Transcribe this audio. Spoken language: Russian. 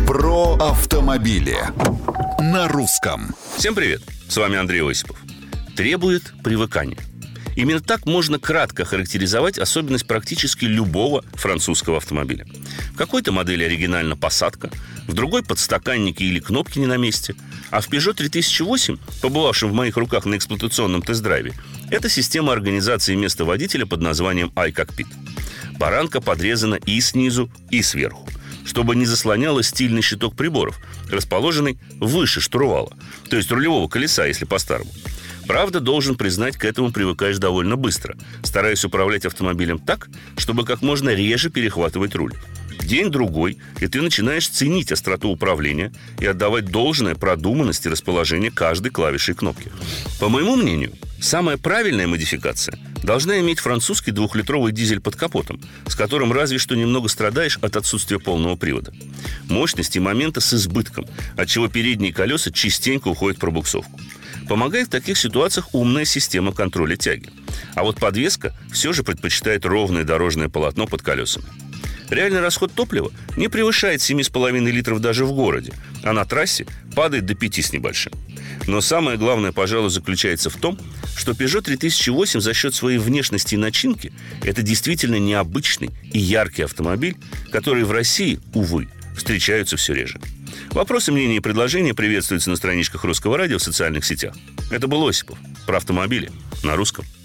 Про автомобили на русском. Всем привет, с вами Андрей Осипов. Требует привыкания. Именно так можно кратко характеризовать особенность практически любого французского автомобиля. В какой-то модели оригинально посадка, в другой подстаканники или кнопки не на месте, а в Peugeot 3008, побывавшем в моих руках на эксплуатационном тест-драйве, это система организации места водителя под названием iCockpit. Баранка подрезана и снизу, и сверху, чтобы не заслоняло стильный щиток приборов, расположенный выше штурвала, то есть рулевого колеса, если по-старому. Правда, должен признать, к этому привыкаешь довольно быстро, стараясь управлять автомобилем так, чтобы как можно реже перехватывать руль. День-другой, и ты начинаешь ценить остроту управления и отдавать должное продуманности расположения каждой клавиши и кнопки. По моему мнению, самая правильная модификация должна иметь французский 2-литровый дизель под капотом, с которым разве что немного страдаешь от отсутствия полного привода. Мощность и момента с избытком, отчего передние колеса частенько уходят в пробуксовку. Помогает в таких ситуациях умная система контроля тяги. А вот подвеска все же предпочитает ровное дорожное полотно под колесами. Реальный расход топлива не превышает 7,5 литров даже в городе, а на трассе падает до 5 с небольшим. Но самое главное, пожалуй, заключается в том, что Peugeot 3008 за счет своей внешности и начинки – это действительно необычный и яркий автомобиль, который в России, увы, встречаются все реже. Вопросы, мнения и предложения приветствуются на страничках Русского радио в социальных сетях. Это был Осипов про автомобили на русском.